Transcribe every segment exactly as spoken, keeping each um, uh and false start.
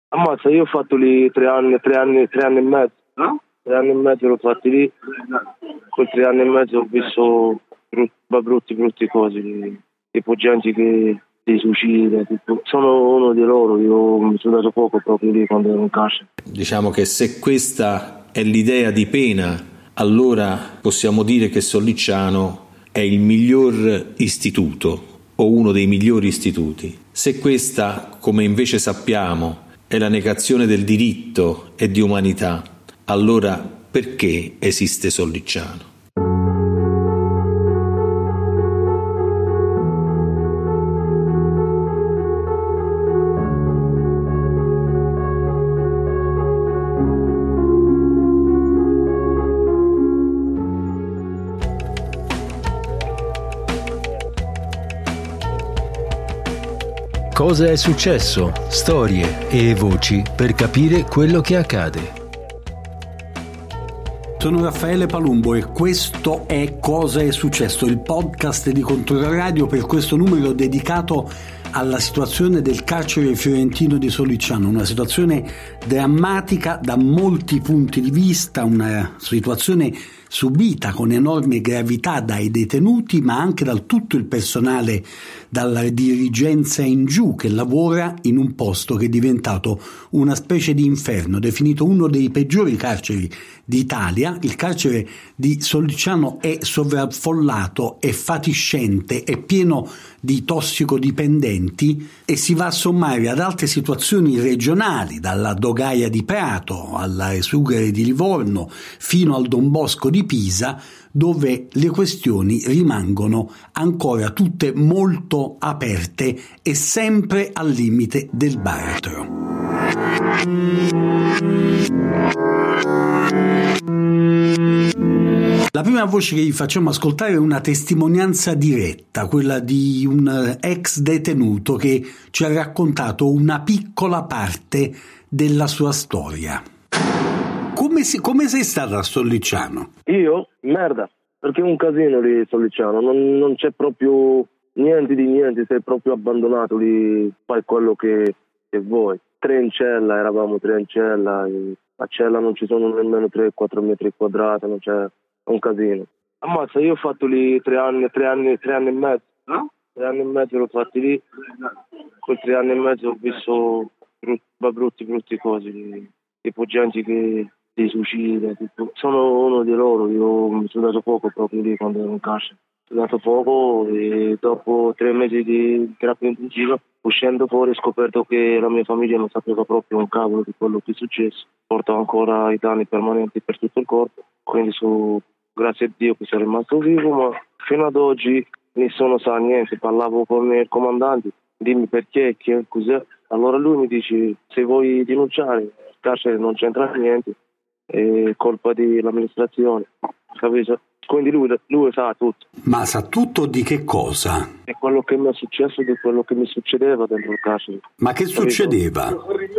Ammazza, io ho fatto lì tre anni, tre anni, tre anni e mezzo. No? Tre anni e mezzo l'ho fatti lì. Quei tre anni e mezzo ho visto brutti, brutti, brutti cose, tipo gente che si suicida. Tipo. Sono uno di loro, io mi sono dato poco proprio lì quando ero in carcere. Diciamo che se questa è l'idea di pena, allora possiamo dire che Sollicciano è il miglior istituto o uno dei migliori istituti. Se questa, come invece sappiamo, è la negazione del diritto e di umanità, allora perché esiste Sollicciano? Cosa è successo? Storie e voci per capire quello che accade. Sono Raffaele Palumbo e questo è Cosa è successo, il podcast di Controradio per questo numero dedicato alla situazione del carcere fiorentino di Sollicciano, una situazione drammatica da molti punti di vista, una situazione subita con enorme gravità dai detenuti, ma anche da tutto il personale, dalla dirigenza in giù, che lavora in un posto che è diventato una specie di inferno, definito uno dei peggiori carceri d'Italia. Il carcere di Sollicciano è sovraffollato, è fatiscente, è pieno di tossicodipendenti e si va a sommare ad altre situazioni regionali, dalla Dogaia di Prato alla Esughere di Livorno fino al Don Bosco di Pisa, dove le questioni rimangono ancora tutte molto aperte e sempre al limite del baratro. La prima voce che vi facciamo ascoltare è una testimonianza diretta, quella di un ex detenuto che ci ha raccontato una piccola parte della sua storia. Come, si, come sei stato a Sollicciano? Io? Merda, perché è un casino lì a Sollicciano, non, non c'è proprio niente di niente, sei proprio abbandonato lì, fai quello che, che vuoi. Tre in cella, eravamo tre in cella, a cella non ci sono nemmeno tre quattro metri quadrati, non c'è, è un casino. Ammazza, io ho fatto lì tre anni, tre anni, tre anni e mezzo, no? Tre anni e mezzo l'ho fatti lì, quei tre anni e mezzo ho visto brutti, brutti, brutti cose, tipo gente che si suicida, tipo. Sono uno di loro, io mi sono dato poco proprio lì quando ero in carcere. Mi sono dato poco e dopo tre mesi di terapia intensiva, uscendo fuori, ho scoperto che la mia famiglia non sapeva proprio un cavolo di quello che è successo. Porto ancora i danni permanenti per tutto il corpo, quindi su, grazie a Dio che sono rimasto vivo, ma fino ad oggi nessuno sa niente. Parlavo con il comandante, dimmi perché, che cos'è. Allora lui mi dice, se vuoi denunciare, il carcere non c'entra niente, è colpa dell'amministrazione, capito? Quindi lui, lui sa tutto. Ma sa tutto di che cosa? Di quello che mi è successo, di quello che mi succedeva dentro il carcere. Ma che capito? Succedeva?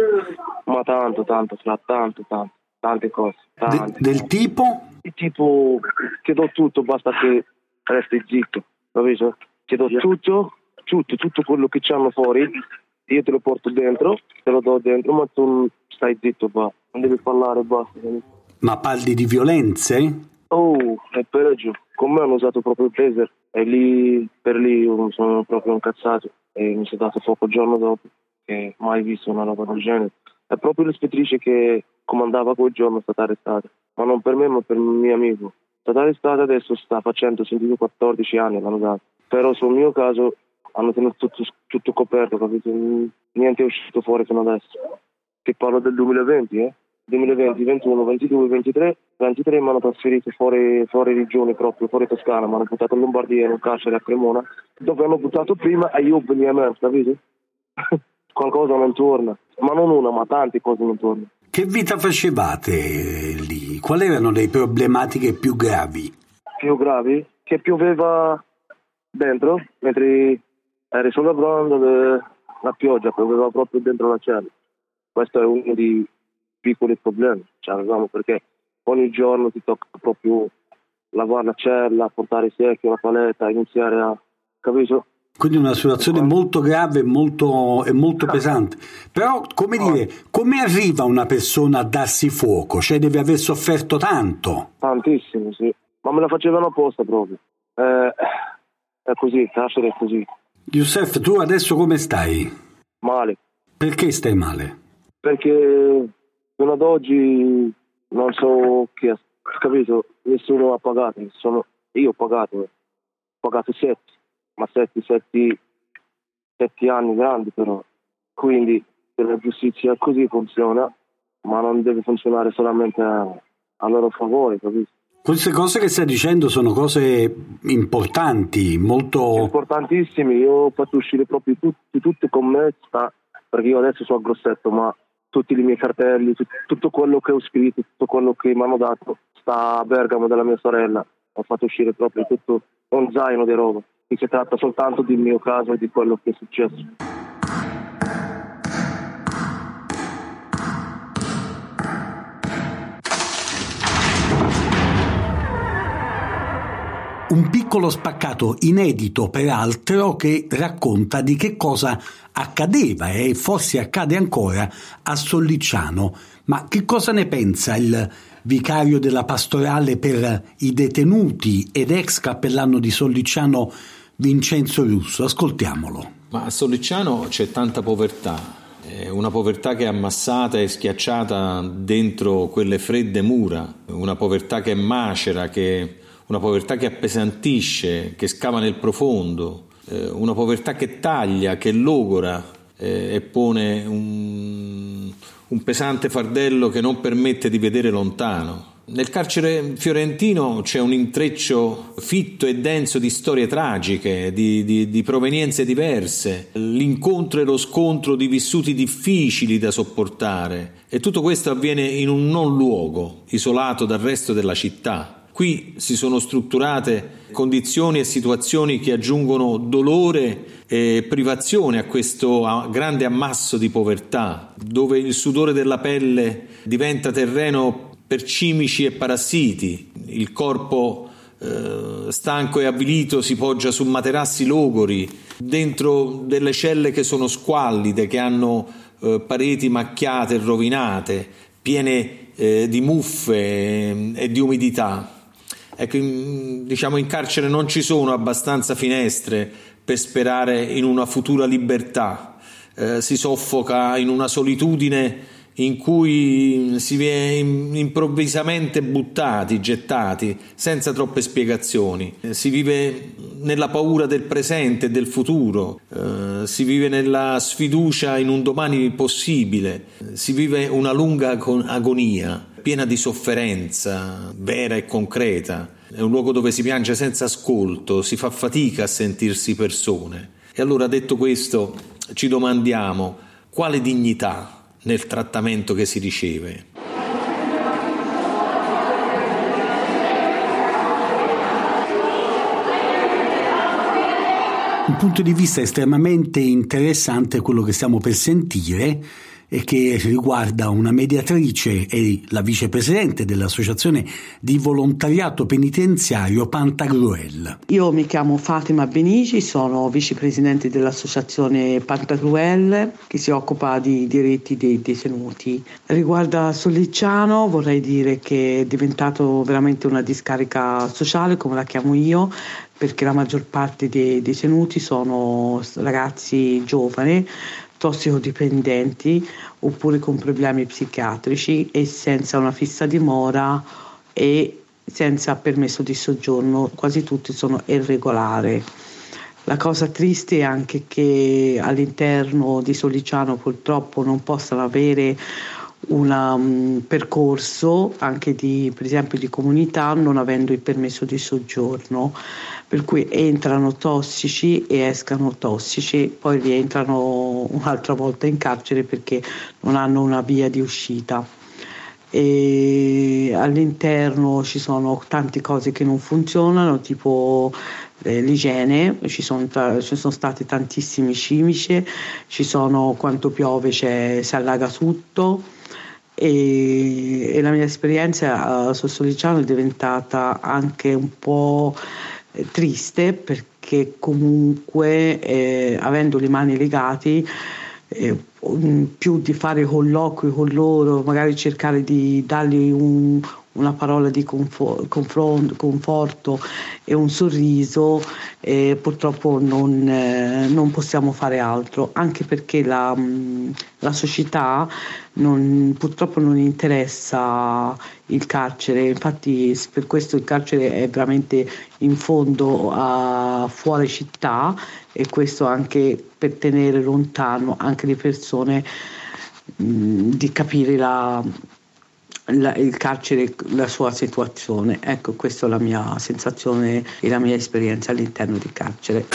Ma tanto, tanto, fra tanto, tanto, tante cose. Tante De, del cose. tipo? Il tipo, chiedo tutto, basta che resti zitto, capito? Chiedo tutto, tutto, tutto quello che c'hanno fuori, io te lo porto dentro, te lo do dentro, ma tu stai zitto, va. Non devi parlare, basta. Ma parli di violenze? Oh, è peggio. Con me hanno usato proprio il taser e lì per lì io sono proprio incazzato e mi sono dato fuoco il giorno dopo, che mai visto una roba del genere. È proprio l'ispettrice che comandava quel giorno è stata arrestata, ma non per me ma per il mio amico. È stata arrestata, adesso sta facendo sentito quattordici anni l'hanno dato, però sul mio caso hanno tenuto tutto, tutto coperto, capito? Niente è uscito fuori fino adesso. Ti parlo del duemilaventi, eh? duemilaventi, ventuno, ventidue, ventitré, ventitré mi hanno trasferito fuori, fuori regione proprio, fuori Toscana, mi hanno buttato in Lombardia in un carcere a Cremona, dove hanno buttato prima e io venivo a me, capito? Qualcosa non torna, ma non una, ma tante cose non tornano. Che vita facevate lì? Quali erano le problematiche più gravi? Più gravi? Che pioveva dentro, mentre eri sulla bronda, la pioggia pioveva proprio dentro la cella. Questo è uno dei piccoli problemi che cioè, avevamo, perché ogni giorno ti tocca proprio lavare la cella, portare i secchi, la paletta, iniziare a, capito? Quindi una situazione molto grave e molto, e molto pesante. Però, come dire, come arriva una persona a darsi fuoco? Cioè deve aver sofferto tanto. Tantissimo, sì. Ma me la facevano apposta proprio. Eh, è così, il carcere è così. Youssef, tu adesso come stai? Male. Perché stai male? Perché fino ad oggi non so chi ha capito, nessuno ha pagato. Sono, io ho pagato, ho pagato sette. Ma sette, sette, sette anni grandi però. Quindi se la giustizia così funziona, ma non deve funzionare solamente a, a loro favore, capito? Queste cose che stai dicendo sono cose importanti, molto... Importantissime. Io ho fatto uscire proprio tutti, tutti con me, sta, perché io adesso sono a Grosseto, ma tutti i miei cartelli, tutto, tutto quello che ho scritto, tutto quello che mi hanno dato, sta a Bergamo della mia sorella. Ho fatto uscire proprio tutto un zaino di roba. E si tratta soltanto del mio caso e di quello che è successo. Un piccolo spaccato inedito peraltro che racconta di che cosa accadeva e forse accade ancora a Sollicciano. Ma che cosa ne pensa il vicario della pastorale per i detenuti ed ex cappellano di Sollicciano Vincenzo Russo? Ascoltiamolo. Ma a Sollicciano c'è tanta povertà, è una povertà che è ammassata e schiacciata dentro quelle fredde mura, una povertà che è macera, che, una povertà che appesantisce, che scava nel profondo, eh, una povertà che taglia, che logora eh, e pone un, un pesante fardello che non permette di vedere lontano. Nel carcere fiorentino c'è un intreccio fitto e denso di storie tragiche, di, di, di provenienze diverse, l'incontro e lo scontro di vissuti difficili da sopportare, e tutto questo avviene in un non luogo, isolato dal resto della città. Qui si sono strutturate condizioni e situazioni che aggiungono dolore e privazione a questo grande ammasso di povertà, dove il sudore della pelle diventa terreno per cimici e parassiti, il corpo eh, stanco e avvilito si poggia su materassi logori, dentro delle celle che sono squallide, che hanno eh, pareti macchiate e rovinate, piene eh, di muffe e, e di umidità. Ecco, in, diciamo in carcere non ci sono abbastanza finestre per sperare in una futura libertà, eh, si soffoca in una solitudine in cui si viene improvvisamente buttati, gettati, senza troppe spiegazioni. Si vive nella paura del presente e del futuro, eh, si vive nella sfiducia in un domani possibile, si vive una lunga agonia, piena di sofferenza, vera e concreta. È un luogo dove si piange senza ascolto, si fa fatica a sentirsi persone. E allora, detto questo, ci domandiamo quale dignità nel trattamento che si riceve. Un punto di vista estremamente interessante è quello che stiamo per sentire e che riguarda una mediatrice e la vicepresidente dell'Associazione di Volontariato Penitenziario Pantagruel. Io mi chiamo Fatima Benici, sono vicepresidente dell'Associazione Pantagruel che si occupa di diritti dei detenuti. Riguardo a Sollicciano vorrei dire che è diventato veramente una discarica sociale, come la chiamo io, perché la maggior parte dei detenuti sono ragazzi giovani, tossicodipendenti oppure con problemi psichiatrici e senza una fissa dimora e senza permesso di soggiorno, quasi tutti sono irregolari. La cosa triste è anche che all'interno di Sollicciano purtroppo non possano avere un um, percorso anche di, per esempio, di comunità, non avendo il permesso di soggiorno, per cui entrano tossici e escano tossici, poi rientrano un'altra volta in carcere perché non hanno una via di uscita. E all'interno ci sono tante cose che non funzionano, tipo eh, l'igiene, ci sono, ta- ci sono stati tantissimi cimici, ci sono, quando piove c'è, si allaga tutto. E, e la mia esperienza a Sollicciano è diventata anche un po' triste, perché che comunque eh, avendo le mani legate eh, più di fare colloqui con loro, magari cercare di dargli un, una parola di confo- confronto, conforto e un sorriso, eh, purtroppo non, eh, non possiamo fare altro, anche perché la, la società non, purtroppo non interessa il carcere. Infatti per questo il carcere è veramente in fondo a fuori città, e questo anche per tenere lontano anche le persone mh, di capire la La, il carcere, la sua situazione. Ecco, questa è la mia sensazione e la mia esperienza all'interno del carcere.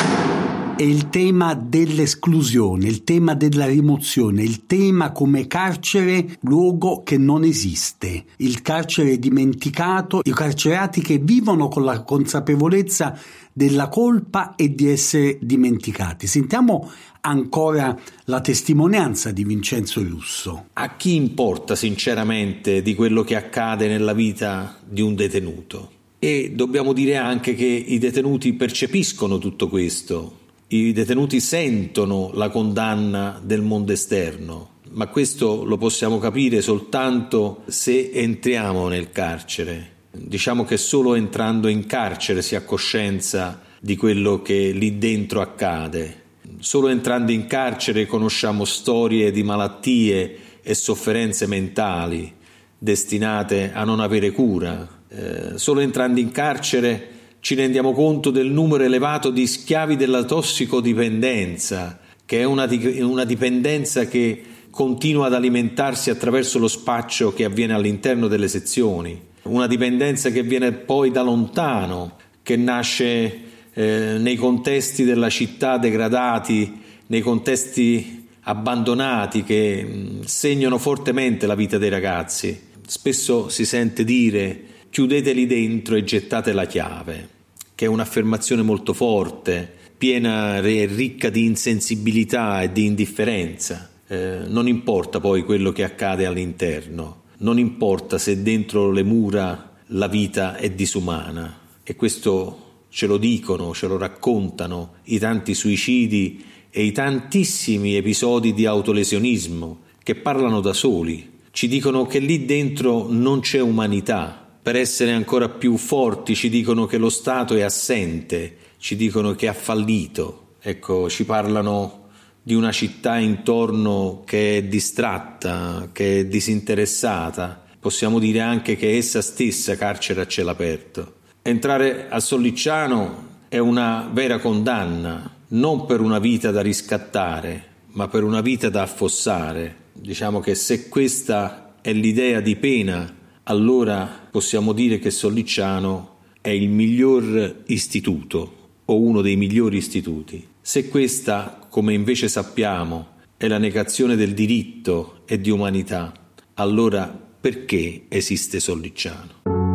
E il tema dell'esclusione, il tema della rimozione, il tema come carcere luogo che non esiste, il carcere dimenticato, i carcerati che vivono con la consapevolezza della colpa e di essere dimenticati. Sentiamo ancora la testimonianza di Vincenzo Russo. A chi importa sinceramente di quello che accade nella vita di un detenuto? E dobbiamo dire anche che i detenuti percepiscono tutto questo, i detenuti sentono la condanna del mondo esterno, ma questo lo possiamo capire soltanto se entriamo nel carcere. Diciamo che solo entrando in carcere si ha coscienza di quello che lì dentro accade. Solo entrando in carcere conosciamo storie di malattie e sofferenze mentali destinate a non avere cura. Eh, solo entrando in carcere ci rendiamo conto del numero elevato di schiavi della tossicodipendenza, che è una, una dipendenza che continua ad alimentarsi attraverso lo spaccio che avviene all'interno delle sezioni, una dipendenza che viene poi da lontano, che nasce eh, nei contesti della città degradati, nei contesti abbandonati che mh, segnano fortemente la vita dei ragazzi. Spesso si sente dire: chiudeteli dentro e gettate la chiave, che è un'affermazione molto forte, piena e ricca di insensibilità e di indifferenza. Eh, non importa poi quello che accade all'interno, non importa se dentro le mura la vita è disumana, e questo ce lo dicono, ce lo raccontano i tanti suicidi e i tantissimi episodi di autolesionismo che parlano da soli. Ci dicono che lì dentro non c'è umanità. Per essere ancora più forti ci dicono che lo Stato è assente, ci dicono che ha fallito. Ecco, ci parlano di una città intorno che è distratta, che è disinteressata. Possiamo dire anche che essa stessa carcere a cielo aperto. Entrare a Sollicciano è una vera condanna, non per una vita da riscattare, ma per una vita da affossare. Diciamo che se questa è l'idea di pena, allora possiamo dire che Sollicciano è il miglior istituto o uno dei migliori istituti. Se questa, come invece sappiamo, è la negazione del diritto e di umanità, allora perché esiste Sollicciano?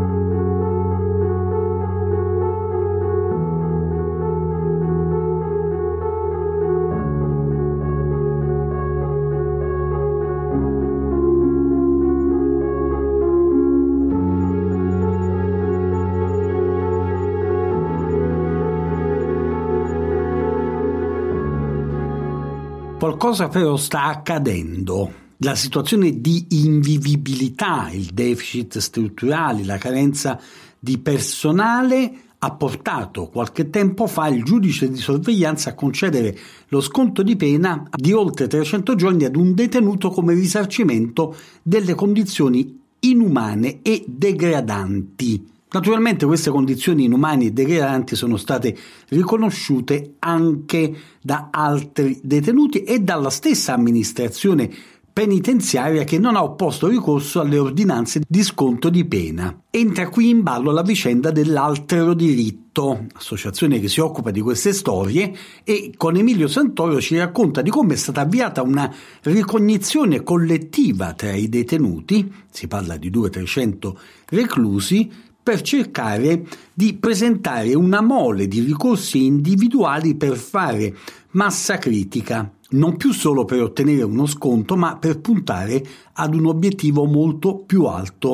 Qualcosa però sta accadendo. La situazione di invivibilità, il deficit strutturale, la carenza di personale ha portato qualche tempo fa il giudice di sorveglianza a concedere lo sconto di pena di oltre trecento giorni ad un detenuto come risarcimento delle condizioni inumane e degradanti. Naturalmente queste condizioni inumane e degradanti sono state riconosciute anche da altri detenuti e dalla stessa amministrazione penitenziaria, che non ha opposto ricorso alle ordinanze di sconto di pena. Entra qui in ballo la vicenda dell'Altero Diritto, associazione che si occupa di queste storie, e con Emilio Santoro ci racconta di come è stata avviata una ricognizione collettiva tra i detenuti, si parla di duecento trecento reclusi, per cercare di presentare una mole di ricorsi individuali per fare massa critica, non più solo per ottenere uno sconto, ma per puntare ad un obiettivo molto più alto,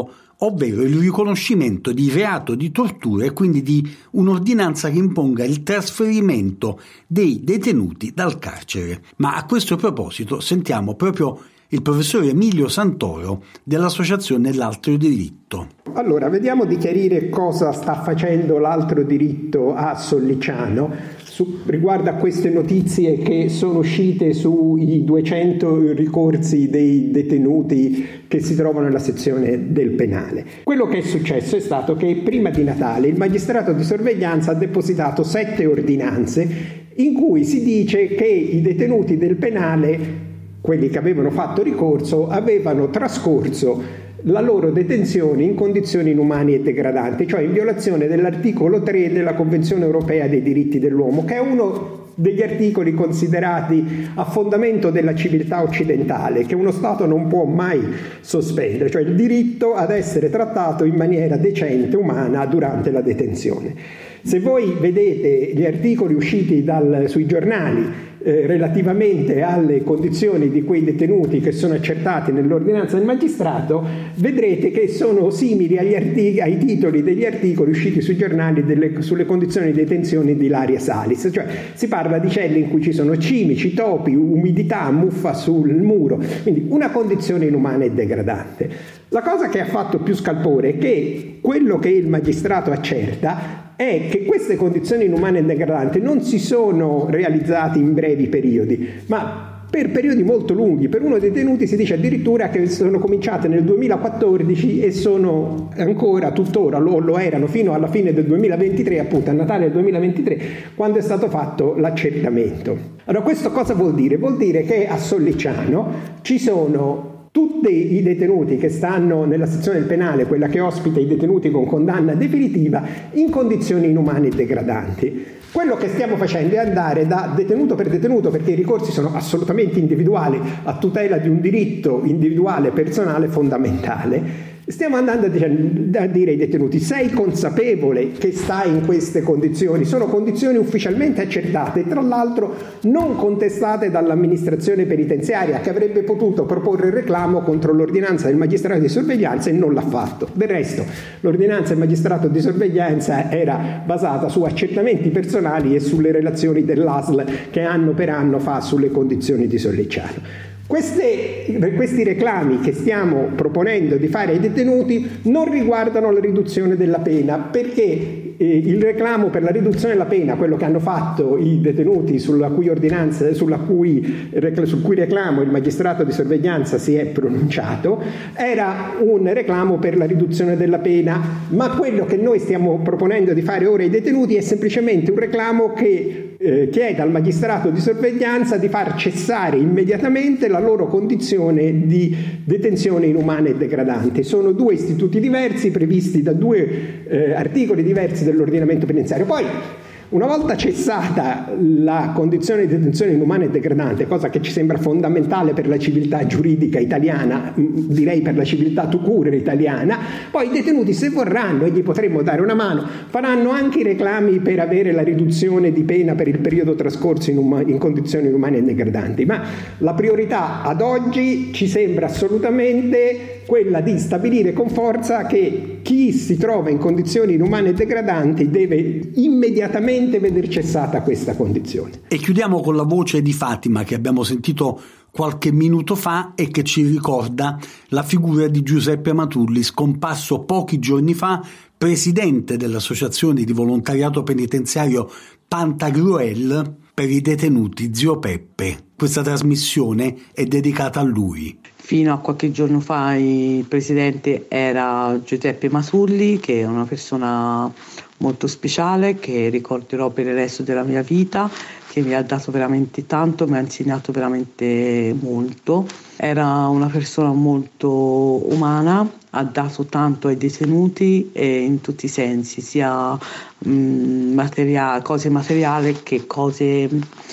ovvero il riconoscimento di reato di tortura e quindi di un'ordinanza che imponga il trasferimento dei detenuti dal carcere. Ma a questo proposito sentiamo proprio il professor Emilio Santoro dell'associazione L'Altro Diritto. Allora, vediamo di chiarire cosa sta facendo l'Altro Diritto a Sollicciano su, riguardo a queste notizie che sono uscite sui duecento ricorsi dei detenuti che si trovano nella sezione del penale. Quello che è successo è stato che prima di Natale il magistrato di sorveglianza ha depositato sette ordinanze in cui si dice che i detenuti del penale, quelli che avevano fatto ricorso, avevano trascorso la loro detenzione in condizioni inumane e degradanti, cioè in violazione dell'articolo tre della Convenzione Europea dei Diritti dell'Uomo, che è uno degli articoli considerati a fondamento della civiltà occidentale, che uno Stato non può mai sospendere, cioè il diritto ad essere trattato in maniera decente, umana, durante la detenzione. Se voi vedete gli articoli usciti dal, sui giornali eh, relativamente alle condizioni di quei detenuti che sono accertati nell'ordinanza del magistrato, vedrete che sono simili agli artic- ai titoli degli articoli usciti sui giornali delle, sulle condizioni di detenzione di Ilaria Salis, cioè si parla di celle in cui ci sono cimici, topi, umidità, muffa sul muro, quindi una condizione inumana e degradante. La cosa che ha fatto più scalpore è che quello che il magistrato accerta è che queste condizioni inumane e degradanti non si sono realizzate in brevi periodi, ma per periodi molto lunghi. Per uno dei detenuti si dice addirittura che sono cominciate nel duemilaquattordici e sono ancora tuttora, lo, lo erano fino alla fine del duemilaventitré, appunto a Natale del duemilaventitré, quando è stato fatto l'accertamento. Allora questo cosa vuol dire? Vuol dire che a Sollicciano ci sono tutti i detenuti che stanno nella sezione del penale, quella che ospita i detenuti con condanna definitiva, in condizioni inumane e degradanti. Quello che stiamo facendo è andare da detenuto per detenuto, perché i ricorsi sono assolutamente individuali, a tutela di un diritto individuale personale fondamentale. Stiamo andando a dire ai detenuti: sei consapevole che stai in queste condizioni? Sono condizioni ufficialmente accertate e tra l'altro non contestate dall'amministrazione penitenziaria, che avrebbe potuto proporre il reclamo contro l'ordinanza del magistrato di sorveglianza e non l'ha fatto. Del resto l'ordinanza del magistrato di sorveglianza era basata su accertamenti personali e sulle relazioni dell'A S L che anno per anno fa sulle condizioni di Sollicciano. Queste, questi reclami che stiamo proponendo di fare ai detenuti non riguardano la riduzione della pena, perché eh, il reclamo per la riduzione della pena, quello che hanno fatto i detenuti sulla cui ordinanza, sulla cui, sul cui reclamo il magistrato di sorveglianza si è pronunciato, era un reclamo per la riduzione della pena, ma quello che noi stiamo proponendo di fare ora ai detenuti è semplicemente un reclamo che Eh, chiede al magistrato di sorveglianza di far cessare immediatamente la loro condizione di detenzione inumana e degradante. Sono due istituti diversi previsti da due eh, articoli diversi dell'ordinamento penitenziario. Poi, una volta cessata la condizione di detenzione inumana e degradante, cosa che ci sembra fondamentale per la civiltà giuridica italiana, direi per la civiltà tout court italiana, poi i detenuti, se vorranno, e gli potremmo dare una mano, faranno anche i reclami per avere la riduzione di pena per il periodo trascorso in, um- in condizioni inumane e degradanti. Ma la priorità ad oggi ci sembra assolutamente quella di stabilire con forza che chi si trova in condizioni inumane e degradanti deve immediatamente veder cessata questa condizione. E chiudiamo con la voce di Fatima, che abbiamo sentito qualche minuto fa e che ci ricorda la figura di Giuseppe Matulli, scomparso pochi giorni fa, presidente dell'associazione di volontariato penitenziario Pantagruel per i detenuti Zio Peppe. Questa trasmissione è dedicata a lui. Fino a qualche giorno fa il presidente era Giuseppe Matulli, che è una persona molto speciale che ricorderò per il resto della mia vita, che mi ha dato veramente tanto, mi ha insegnato veramente molto. Era una persona molto umana, ha dato tanto ai detenuti e in tutti i sensi, sia mh, materiali, cose materiali che cose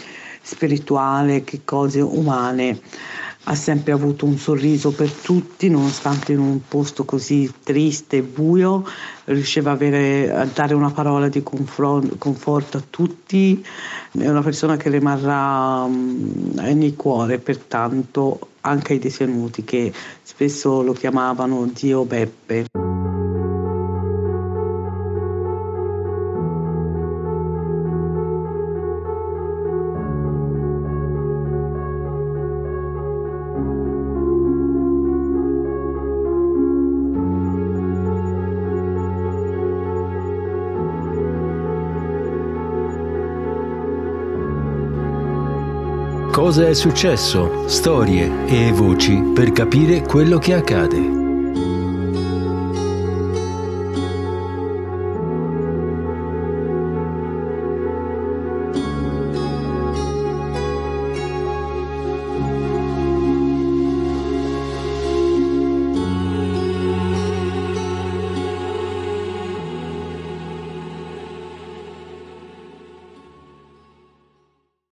spirituali, che cose umane. Ha sempre avuto un sorriso per tutti, nonostante in un posto così triste e buio, riusciva a, avere, a dare una parola di confronto, conforto a tutti. È una persona che rimarrà um, nel cuore, pertanto anche ai detenuti, che spesso lo chiamavano Zio Peppe. Cosa è successo? Storie e voci per capire quello che accade.